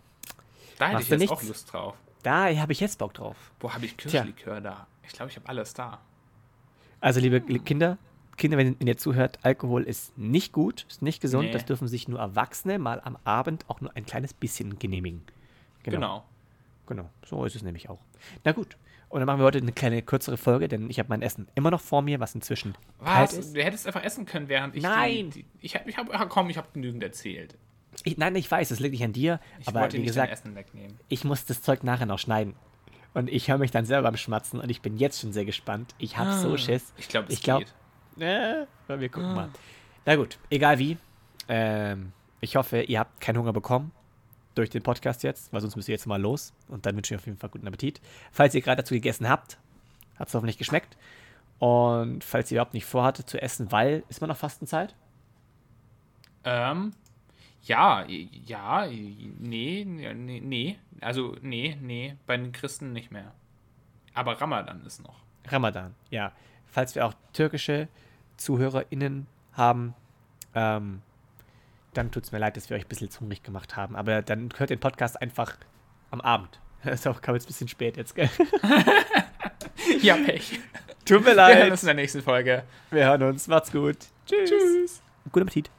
Da hätte
Machst
ich
du
jetzt
nichts?
auch Lust drauf.
Da habe ich jetzt Bock drauf.
Wo habe ich Kirschlikör da? Ich glaube, ich habe alles da.
Also, liebe li- Kinder, Kinder, wenn, wenn ihr zuhört, Alkohol ist nicht gut, ist nicht gesund.
Nee.
Das dürfen sich nur Erwachsene mal am Abend auch nur ein kleines bisschen genehmigen.
Genau.
Genau, so ist es nämlich auch. Na gut, und dann machen wir heute eine kleine kürzere Folge, denn ich habe mein Essen immer noch vor mir, was inzwischen kalt
Was?
ist.
Du hättest einfach essen können, während ich
Nein!
Die, die, ich habe, ich hab, ach komm, ich habe genügend erzählt.
Ich, nein, ich weiß, es liegt nicht an dir,
Ich
aber
wollte
wie
nicht
gesagt,
dein Essen wegnehmen.
ich muss das Zeug nachher noch schneiden. Und ich höre mich dann selber beim Schmatzen und ich bin jetzt schon sehr gespannt. Ich habe so Schiss.
Ich glaube, es
Ich glaub-
geht.
Äh, wir gucken mal. Na gut, egal wie. Ähm, ich hoffe, ihr habt keinen Hunger bekommen durch den Podcast jetzt, weil sonst müsst ihr jetzt mal los. Und dann wünsche ich euch auf jeden Fall guten Appetit. Falls ihr gerade dazu gegessen habt, hat es hoffentlich geschmeckt. Und falls ihr überhaupt nicht vorhattet zu essen, weil, ist man noch Fastenzeit?
Ähm, ja, ja, nee, nee, nee. Also, nee, nee, bei den Christen nicht mehr. Aber Ramadan ist noch.
Ramadan, ja. Falls wir auch türkische ZuhörerInnen haben, ähm, dann tut es mir leid, dass wir euch ein bisschen hungrig gemacht haben. Aber dann hört den Podcast einfach am Abend. Das ist auch, kam jetzt ein bisschen spät jetzt, gell?
Ja, Pech.
Tut mir
Wir hören
leid.
uns in der nächsten Folge.
Wir hören uns. Macht's gut. Tschüss.
Tschüss.
Guten Appetit.